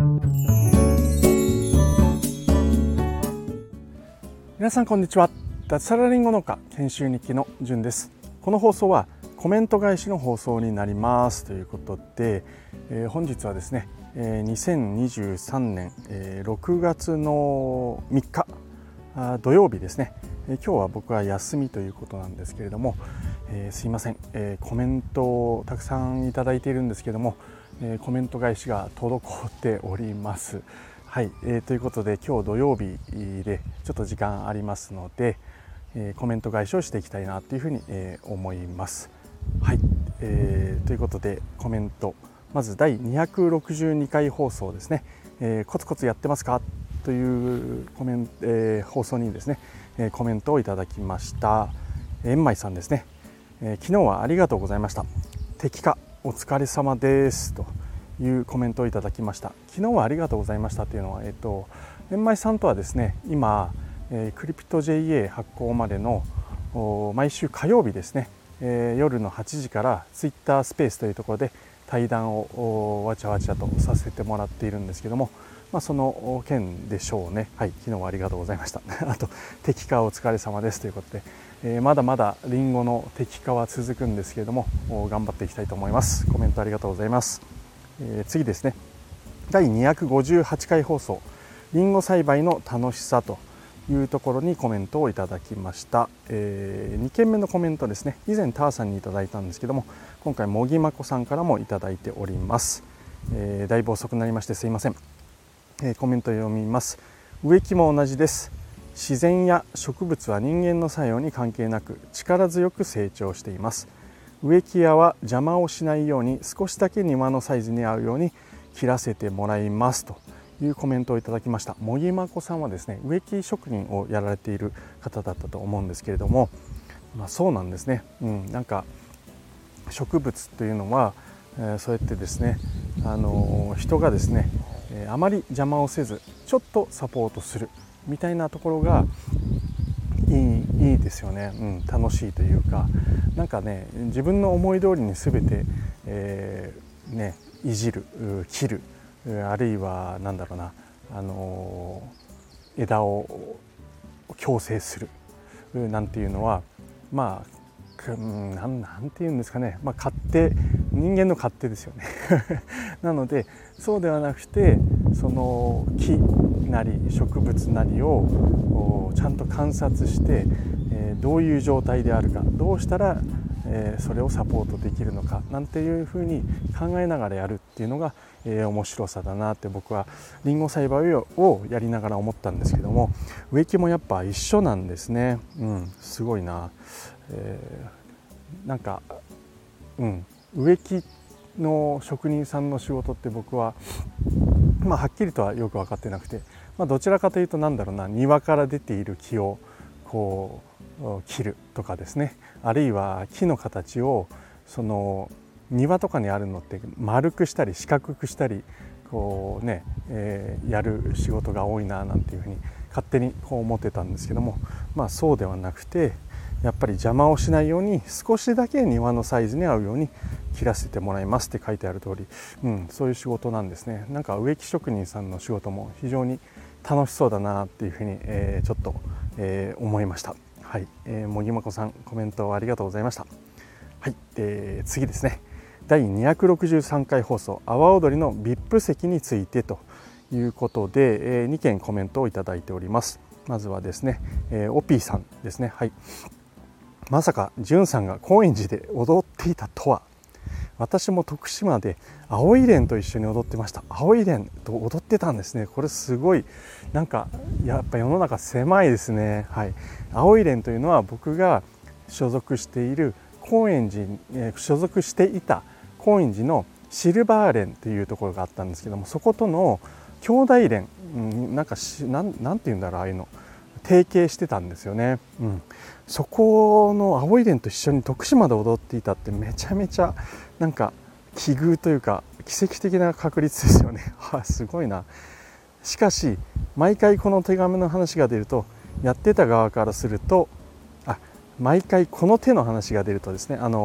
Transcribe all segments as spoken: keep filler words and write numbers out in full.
皆さんこんにちは。脱サラリンゴ農家研修日記のじゅんです。この放送はコメント返しの放送になりますということで、えー、本日はですね、えー、にせんにじゅうさんねん、えー、ろくがつのみっかあ土曜日ですね、えー、今日は僕は休みということなんですけれども、えー、すいません、えー、コメントをたくさんいただいているんですけれども、えー、コメント返しが滞っております。はい、えー、ということで今日土曜日でちょっと時間ありますので、えー、コメント返しをしていきたいなというふうに、えー、思います。はい、えー、ということでコメント、まずだいにひゃくろくじゅうにかい放送ですね、えー、コツコツやってますかというコメント、えー、放送にですね、えー、コメントをいただきました。えんまいさんですね、えー、昨日はありがとうございました。適化お疲れ様ですというコメントをいただきました。昨日はありがとうございましたというのは、えっと円舞さんとはですね、今、えー、クリプト ジェイエー 発行までの毎週火曜日ですね、えー、夜のはちじからツイッタースペースというところで対談をわちゃわちゃとさせてもらっているんですけども、まあ、その件でしょうね。はい、昨日はありがとうございました。あと適化お疲れ様ですということで、えー、まだまだリンゴの適化は続くんですけれども、頑張っていきたいと思います。コメントありがとうございます。えー、次ですね、だいにひゃくごじゅうはちかい放送、リンゴ栽培の楽しさというところにコメントをいただきました。えー、にけんめのコメントですね、以前ターさんにいただいたんですけども、今回もぎまこさんからもいただいております。えー、だいぶ遅くなりましてすいません。えー、コメント読みます。植木も同じです。自然や植物は人間の作用に関係なく力強く成長しています。植木屋は邪魔をしないように少しだけ庭のサイズに合うように切らせてもらいますというコメントをいただきました。もぎまこさんはですね、植木職人をやられている方だったと思うんですけれども、まあ、そうなんですね、うん、なんか植物というのは、えー、そうやってですね、あのー、人がですね、えー、あまり邪魔をせずちょっとサポートするみたいなところがいい、いいですよね、うん、楽しいというか、なんかね、自分の思い通りに全て、えー、ね、いじる、切る、あるいはなんだろうな、あのー、枝を矯正するなんていうのは、まあ、うん、なん、なんていうんですかね、まあ、勝手、人間の勝手ですよねなのでそうではなくて、その木なり植物なりをちゃんと観察して、えー、どういう状態であるか、どうしたら、えー、それをサポートできるのかなんていうふうに考えながらやるっていうのが、えー、面白さだなって僕はリンゴ栽培をやりながら思ったんですけども、植木もやっぱ一緒なんですね。うん、すごいな、えー、なんか、うん、植木の職人さんの仕事って僕は、まあ、はっきりとはよく分かってなくて、まあ、どちらかというとなんだろうな、庭から出ている木をこう切るとかですね、あるいは木の形をその庭とかにあるのって丸くしたり四角くしたりこうね、えー、やる仕事が多いななんていうふうに勝手にこう思ってたんですけども、まあそうではなくて、やっぱり邪魔をしないように少しだけ庭のサイズに合うように切らせてもらいますって書いてある通り、うん、そういう仕事なんですね。なんか植木職人さんの仕事も非常に楽しそうだなっていうふうに、えー、ちょっと、えー、思いました。はい、えー、もぎまこさんコメントありがとうございました。はい、えー、次ですね、だいにひゃくろくじゅうさんかい放送、阿波踊りの ブイアイピー 席についてということで、えー、にけんコメントをいただいております。まずはですね、えー、オピーさんですね。はい、まさかじゅんさんが高円寺で踊っていたとは。私も徳島で青い蓮と一緒に踊ってました。青い蓮と踊ってたんですね。これすごい、なんかやっぱ世の中狭いですね。はい、青い蓮というのは僕が所属している高円寺、えー、所属していた高円寺のシルバー蓮というところがあったんですけども、そことの兄弟蓮、うん、なんかしなん、なんていうんだろう、ああいうの提携してたんですよね。うん、そこの青い蓮と一緒に徳島で踊っていたってめちゃめちゃなんか奇遇というか奇跡的な確率ですよね。すごいな。しかし毎回この手紙の話が出ると、やってた側からすると、あ毎回この手の話が出るとですね、あの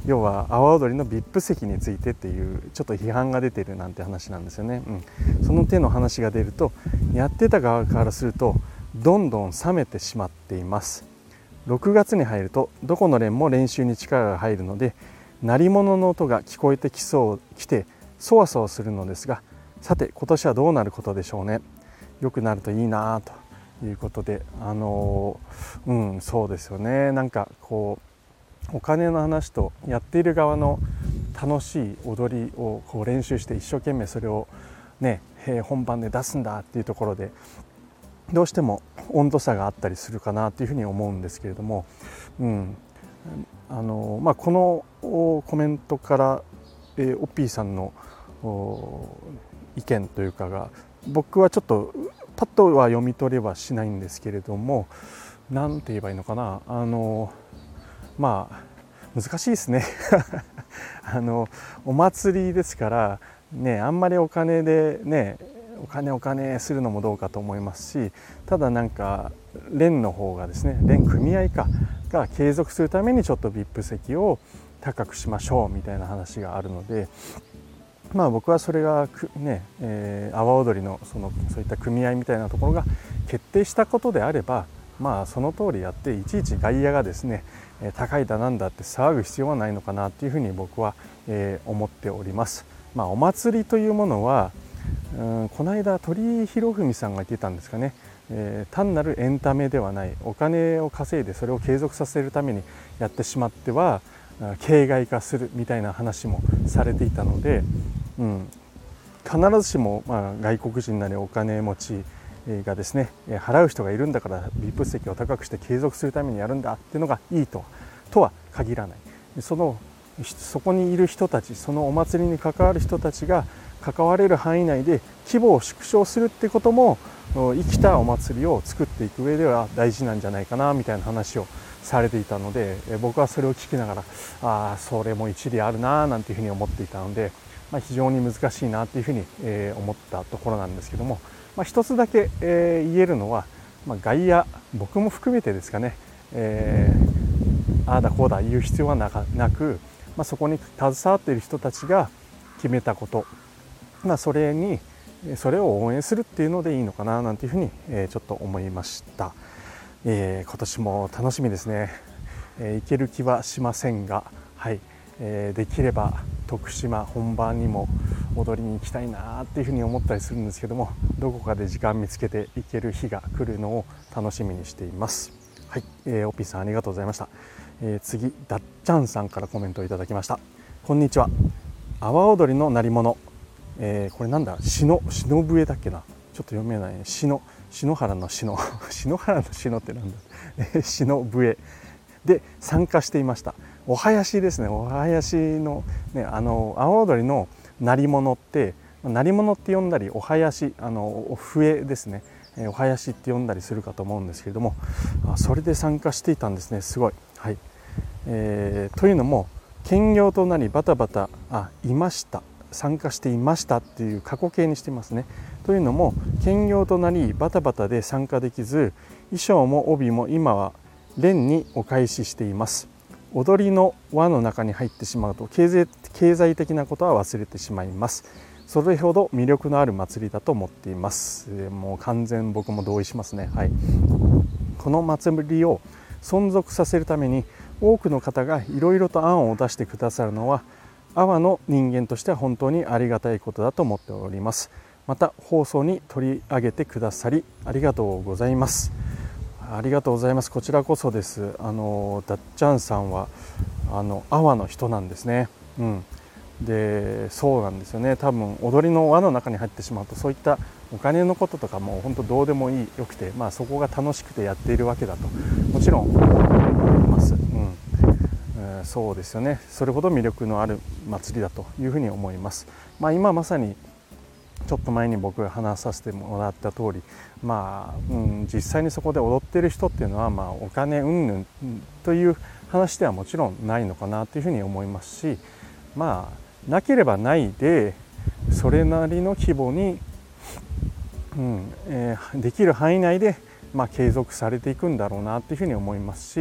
要は阿波踊りの ブイアイピー 席についてっていうちょっと批判が出てるなんて話なんですよね、うん、その手の話が出るとやってた側からするとどんどん冷めてしまっています。ろくがつに入るとどこの連も練習に力が入るので鳴り物の音が聞こえてきそうきてそわそわするのですが、さて今年はどうなることでしょうね。良くなるといいなということで、あのうんそうですよね。なんかこうお金の話とやっている側の楽しい踊りをこう練習して一生懸命それをね本番で出すんだっていうところでどうしても温度差があったりするかなというふうに思うんですけれども、うんあのまあ、このコメントから、えー、オッピーさんの意見というかが僕はちょっとパッとは読み取れはしないんですけれども、なんて言えばいいのかな、あのまあ難しいですねあのお祭りですからね、あんまりお金でねお金お金するのもどうかと思いますし、ただなんか連の方がですね、連組合かが継続するためにちょっと ブイアイピー 席を高くしましょうみたいな話があるので、まあ僕はそれがね、えー、阿波踊りのそのそういった組合みたいなところが決定したことであれば、まあその通りやって、いちいち外野がですね高いだなんだって騒ぐ必要はないのかなというふうに僕は、えー、思っております。まあお祭りというものは、うん、この間鳥居博文さんが言ってたんですかね、えー、単なるエンタメではない、お金を稼いでそれを継続させるためにやってしまっては形骸化するみたいな話もされていたので、うん、必ずしも、まあ、外国人なりお金持ちがですね払う人がいるんだから ブイアイピー 席を高くして継続するためにやるんだっていうのがいいととは限らない。そのそこにいる人たち、そのお祭りに関わる人たちが関われる範囲内で規模を縮小するってことも生きたお祭りを作っていく上では大事なんじゃないかなみたいな話をされていたので、僕はそれを聞きながら、ああそれも一理あるななんていうふうに思っていたので、まあ、非常に難しいなというふうに思ったところなんですけども、まあ、一つだけ言えるのは、まあ、外野僕も含めてですかね、えー、ああだこうだ言う必要はなく、まあ、そこに携わっている人たちが決めたこと、まあ、それにそれを応援するっていうのでいいのかななんていうふうにちょっと思いました。えー、今年も楽しみですね。えー、行ける気はしませんが、はい、えー、できれば徳島本番にも踊りに行きたいなっていうふうに思ったりするんですけども、どこかで時間見つけて行ける日が来るのを楽しみにしています。はい、えー、オピーさんありがとうございました。えー、次ダッチャンさんからコメントをいただきました。こんにちは。阿波踊りの鳴り物、えー、これなんだ、篠篠笛だっけな、ちょっと読めないね。篠篠原の篠篠原の篠ってなんだ篠笛で参加していました。お囃子ですね。お囃子のね、あの阿波踊りの鳴り物って鳴り物って呼んだり、お囃子あの笛ですね、お囃子って呼んだりするかと思うんですけれども、それで参加していたんですね。すごい、はい、えー、というのも兼業となりバタバタあいました参加していましたっていう過去形にしていますね。というのも兼業となりバタバタで参加できず、衣装も帯も今は連にお返ししています。踊りの輪の中に入ってしまうと経済、経済的なことは忘れてしまいます。それほど魅力のある祭りだと思っています。もう完全僕も同意しますね。はい、この祭りを存続させるために多くの方がいろいろと案を出してくださるのは阿波の人間としては本当にありがたいことだと思っております。また放送に取り上げてくださりありがとうございます。ありがとうございます。こちらこそです。あのダッチャンさんはあの阿波の人なんですね。うん、でそうなんですよね。多分踊りの輪の中に入ってしまうとそういったお金のこととかも本当どうでもいいよくて、まあ、そこが楽しくてやっているわけだともちろん思います。うん、えー、そうですよね。それほど魅力のある祭りだというふうに思います。まあ、今まさにちょっと前に僕が話させてもらった通り、まあうん、実際にそこで踊っている人っていうのは、まあ、お金云々という話ではもちろんないのかなというふうに思いますし、まあなければないでそれなりの規模に、うんえー、できる範囲内で、まあ、継続されていくんだろうなというふうに思いますし、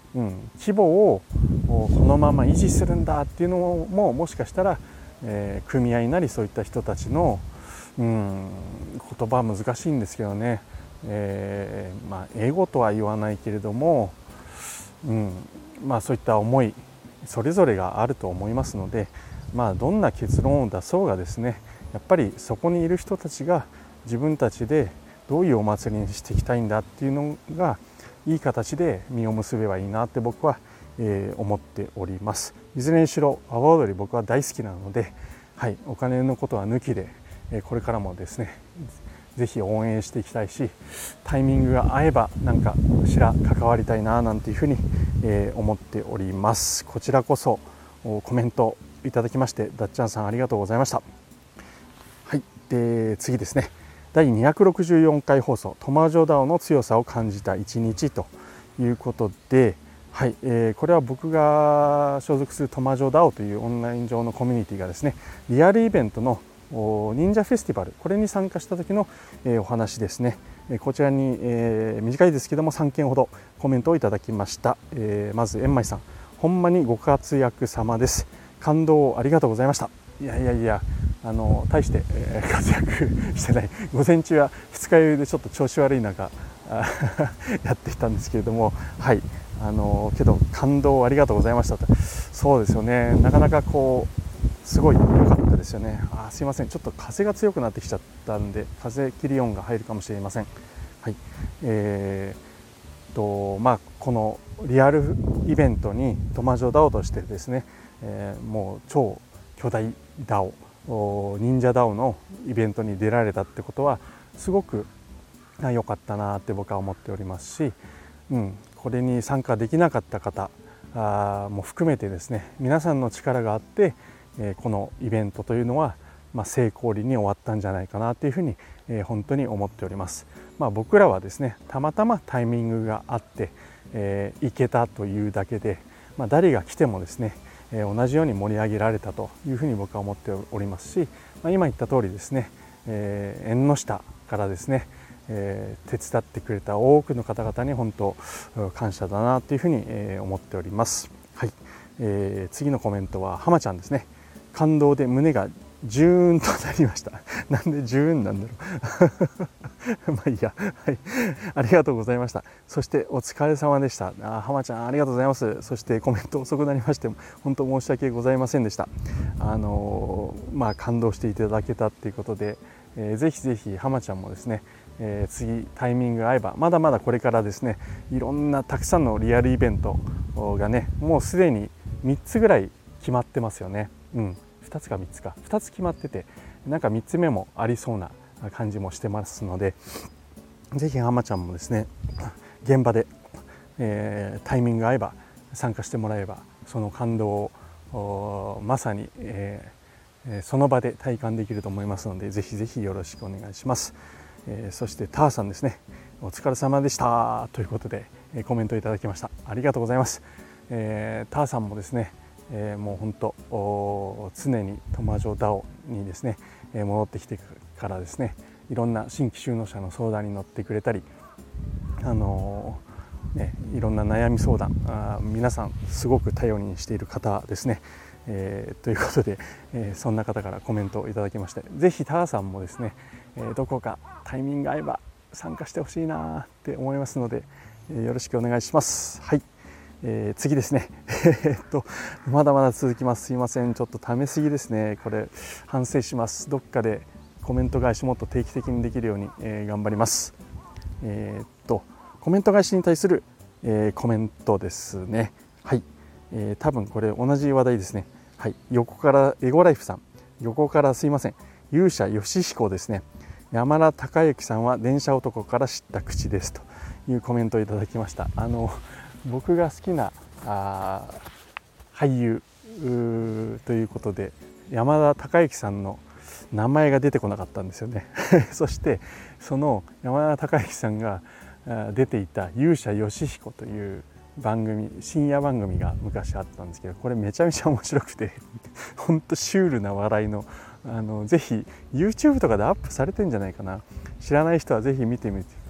うん、規模をこのまま維持するんだっていうのももしかしたら、えー、組合なりそういった人たちの、うん、言葉は難しいんですけどね、えーまあ、エゴとは言わないけれども、うんまあ、そういった思いそれぞれがあると思いますので、まあ、どんな結論を出そうがですね、やっぱりそこにいる人たちが自分たちでどういうお祭りにしていきたいんだっていうのがいい形で実を結べばいいなって僕は、えー、思っております。いずれにしろ阿波踊り僕は大好きなので、はい、お金のことは抜きで、えー、これからもですねぜひ応援していきたいし、タイミングが合えばなんかしら関わりたいななんていうふうに、えー、思っております。こちらこそコメントいただきましてダッチャンさんありがとうございました。はい、で次ですね、だいにひゃくろくじゅうよんかい放送トマジョダオの強さを感じた一日ということで、はい、えー、これは僕が所属するトマジョダオというオンライン上のコミュニティがですね、リアルイベントの忍者フェスティバル、これに参加した時の、えー、お話ですね。こちらに、えー、短いですけどもさんけんほどコメントをいただきました。えー、まずえんまいさん、ほんまにご活躍様です。感動ありがとうございました。いやいやいや、あの大して、えー、活躍してない、午前中は二日酔いでちょっと調子悪い中やってきたんですけれども、はい、あのけど感動ありがとうございましたと。そうですよね、なかなかこうすごい良かったですよね。あ、すいません、ちょっと風が強くなってきちゃったんで風切り音が入るかもしれません。はい、えー、とまあこのリアルイベントにトマジョダオとしてですね、えー、もう超巨大ダオ忍者ダオのイベントに出られたってことはすごく良かったなって僕は思っておりますし、うん、これに参加できなかった方あも含めてですね、皆さんの力があってこのイベントというのは、まあ、成功裏に終わったんじゃないかなというふうに、えー、本当に思っております。まあ、僕らはですねたまたまタイミングがあって、えー、行けたというだけで、まあ、誰が来てもですね、えー、同じように盛り上げられたというふうに僕は思っておりますし、まあ、今言った通りですね、えー、縁の下からですね、えー、手伝ってくれた多くの方々に本当感謝だなというふうに、えー、思っております。はい、えー、次のコメントは浜ちゃんですね。感動で胸がジューンとなりました。なんでジューンなんだろうまあいいや、はい、ありがとうございました。そしてお疲れ様でした。あ、浜ちゃんありがとうございます。そしてコメント遅くなりまして本当申し訳ございませんでした。あのー、まあ感動していただけたっていうことで、えー、ぜひぜひ浜ちゃんもですね、えー、次タイミング合えばまだまだこれからですね、いろんなたくさんのリアルイベントがね、もうすでにみっつぐらい決まってますよね。うん、ふたつかみっつかふたつ決まってて、なんかみっつめもありそうな感じもしてますので、ぜひ浜ちゃんもですね現場で、えー、タイミング合えば参加してもらえばその感動をまさに、えー、その場で体感できると思いますので、ぜひぜひよろしくお願いします。えー、そしてターさんですね、お疲れ様でしたということで、えー、コメントいただきました。ありがとうございます。えー、ターさんもですね、えー、もう本当常にトマジョダオにですね、えー、戻ってきてからですね、いろんな新規就農者の相談に乗ってくれたり、あのーね、いろんな悩み相談、あ皆さんすごく頼りにしている方ですね。えー、ということで、えー、そんな方からコメントをいただきまして、ぜひターさんもですね、えー、どこかタイミング合えば参加してほしいなって思いますので、えー、よろしくお願いします。はい、えー、次ですねえっとまだまだ続きます。すいません、ちょっとためすぎですね。これ反省します。どっかでコメント返しもっと定期的にできるように、えー、頑張ります。えー、っとコメント返しに対する、えー、コメントですね。はい、えー、多分これ同じ話題ですね。はい、横からエゴライフさん、横からすいません、勇者ヨシヒコですね。山田孝之さんは電車男から知った口ですというコメントをいただきました。あの僕が好きなあ俳優ということで山田孝之さんの名前が出てこなかったんですよねそしてその山田孝之さんが出ていた勇者ヨシヒコという番組、深夜番組が昔あったんですけど、これめちゃめちゃ面白くてほんとシュールな笑いの、あのぜひ YouTube とかでアップされてんじゃないかな。知らない人はぜひ見てみてく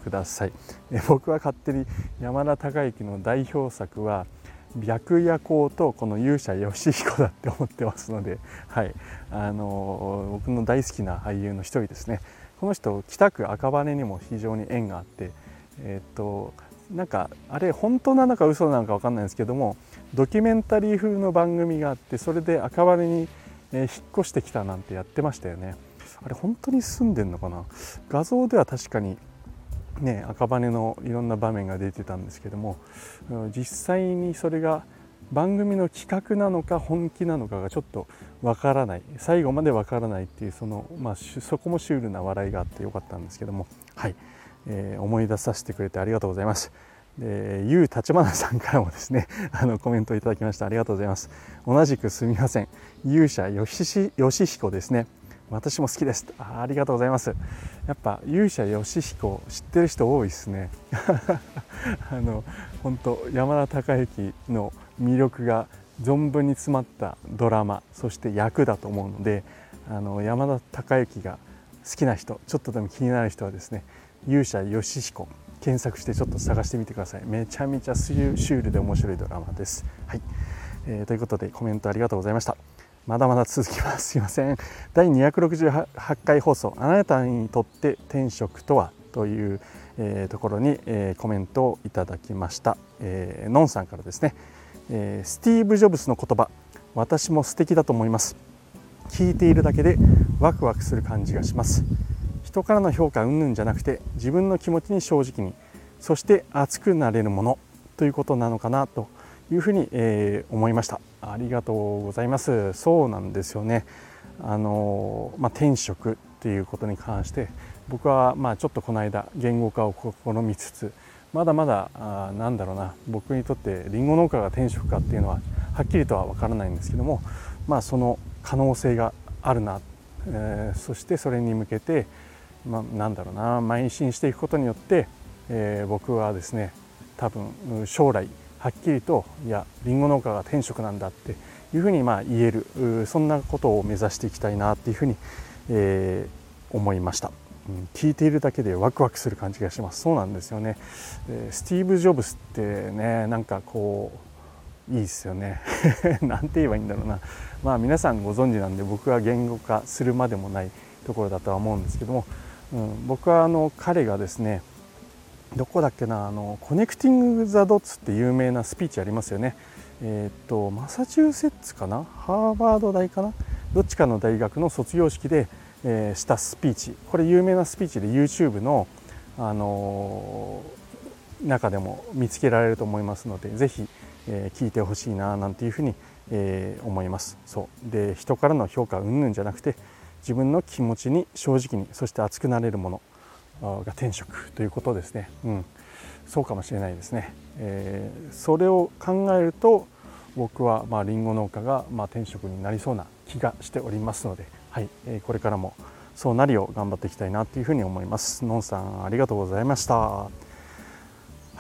ください。え僕は勝手に山田孝之の代表作は白夜行とこの勇者ヨシヒコだって思ってますので、はい、あの僕の大好きな俳優の一人ですね。この人北区赤羽にも非常に縁があって、えー、っとなんかあれ本当なのか嘘なのか分かんないんですけども、ドキュメンタリー風の番組があって、それで赤羽に引っ越してきたなんてやってましたよね。あれ本当に住んでんのかな。画像では確かにね、赤羽のいろんな場面が出てたんですけども、実際にそれが番組の企画なのか本気なのかがちょっとわからない、最後までわからないっていう、その、まあ、そこもシュールな笑いがあってよかったんですけども、はい、えー、思い出させてくれてありがとうございます。で、ゆう立花さんからもですねあのコメントいただきました。ありがとうございます。同じくすみません、勇者ヨシヒコですね。私も好きです。 あ, ありがとうございます。やっぱ勇者ヨシヒコ知ってる人多いですねあの本当山田孝之の魅力が存分に詰まったドラマ、そして役だと思うので、あの山田孝之が好きな人、ちょっとでも気になる人はですね、勇者ヨシヒコ検索してちょっと探してみてください。めちゃめちゃシュールで面白いドラマです。はい、えー、ということでコメントありがとうございました。まだまだ続きます。すいません。だいにひゃくろくじゅうはちかい放送、あなたにとって転職とはという、えー、ところに、えー、コメントをいただきました。えー、のんさんからですね、えー、スティーブ・ジョブスの言葉、私も素敵だと思います。聞いているだけでワクワクする感じがします。人からの評価云々じゃなくて、自分の気持ちに正直に、そして熱くなれるものということなのかなというふうに、えー、思いました。ありがとうございます。そうなんですよね。あの、まあ、転職っていうことに関して僕はまあちょっとこの間言語化を試みつつ、まだまだあなんだろうな、僕にとってリンゴ農家が転職かっていうのははっきりとは分からないんですけども、まあその可能性があるな、えー、そしてそれに向けて、まあ、なんだろうな、邁進していくことによって、えー、僕はですね、多分将来はっきりと、いやリンゴ農家が転職なんだっていうふうにまあ言える、そんなことを目指していきたいなっていうふうに、えー、思いました。うん、聞いているだけでワクワクする感じがします。そうなんですよね。スティーブ・ジョブスってね、なんかこういいですよねなんて言えばいいんだろうな。まあ皆さんご存知なんで、僕は言語化するまでもないところだとは思うんですけども、うん、僕はあの彼がですね、どこだっけな、あのコネクティング・ザ・ドッツって有名なスピーチありますよね。えー、っとマサチューセッツかな、ハーバード大かな、どっちかの大学の卒業式で、えー、したスピーチ、これ有名なスピーチで YouTube の、あのー、中でも見つけられると思いますので、ぜひ、えー、聞いてほしいななんていうふうに、えー、思います。そうで、人からの評価云々じゃなくて、自分の気持ちに正直に、そして熱くなれるものが転職ということですね。うん、そうかもしれないですね。えー、それを考えると、僕はまあリンゴ農家がまあ転職になりそうな気がしておりますので、はい、えー、これからもそうなるよう頑張っていきたいなというふうに思います。のんさん、ありがとうございました。はい、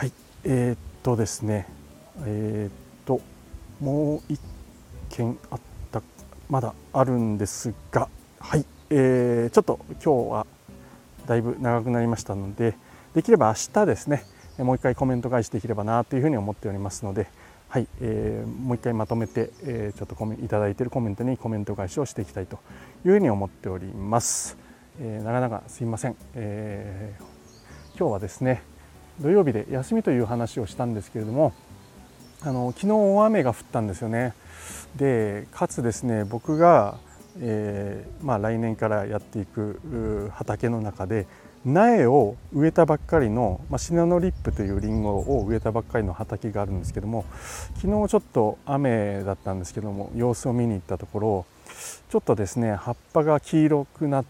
えー、っとですね、えー、っともう一件あったまだあるんですが、はい、えー、ちょっと今日はだいぶ長くなりましたので、できれば明日ですね、もう一回コメント返しできればなというふうに思っておりますので、はい、えー、もう一回まとめて、えー、ちょっとコメいただいているコメントにコメント返しをしていきたいというふうに思っております。えー、なかなかすいません、えー、今日はですね土曜日で休みという話をしたんですけれども、あの昨日大雨が降ったんですよね。でかつですね、僕がえーまあ、来年からやっていく畑の中で苗を植えたばっかりの、まあ、シナノリップというリンゴを植えたばっかりの畑があるんですけども、昨日ちょっと雨だったんですけども、様子を見に行ったところ、ちょっとですね葉っぱが黄色くなって、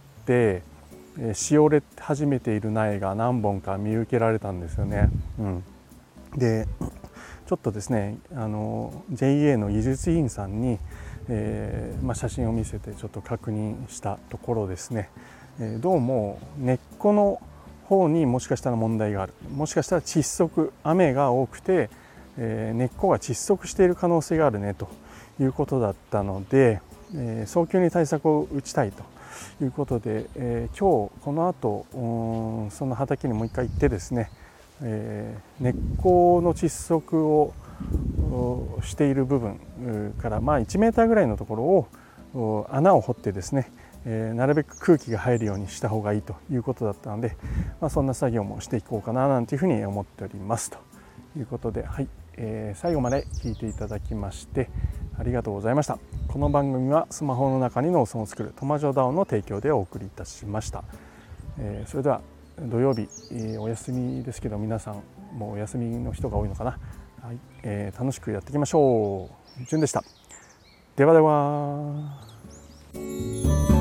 えー、しおれ始めている苗が何本か見受けられたんですよね。うん、でちょっとですね、あの ジェイエー の技術員さんにえーまあ、写真を見せてちょっと確認したところですね、えー、どうも根っこの方にもしかしたら問題がある、もしかしたら窒息、雨が多くて、えー、根っこが窒息している可能性があるねということだったので、えー、早急に対策を打ちたいということで、えー、今日この後その畑にもう一回行ってですね、えー、根っこの窒息をしている部分から、まあ、いちメーターぐらいのところを穴を掘ってですね、えー、なるべく空気が入るようにした方がいいということだったので、まあ、そんな作業もしていこうかななんていうふうに思っておりますということで、はい、えー、最後まで聞いていただきましてありがとうございました。この番組はスマホの中に農村を作るトマジョダオの提供でお送りいたしました。えー、それでは土曜日、えー、お休みですけど皆さんもお休みの人が多いのかな、はい、えー、楽しくやっていきましょう。じゅんでした。ではでは。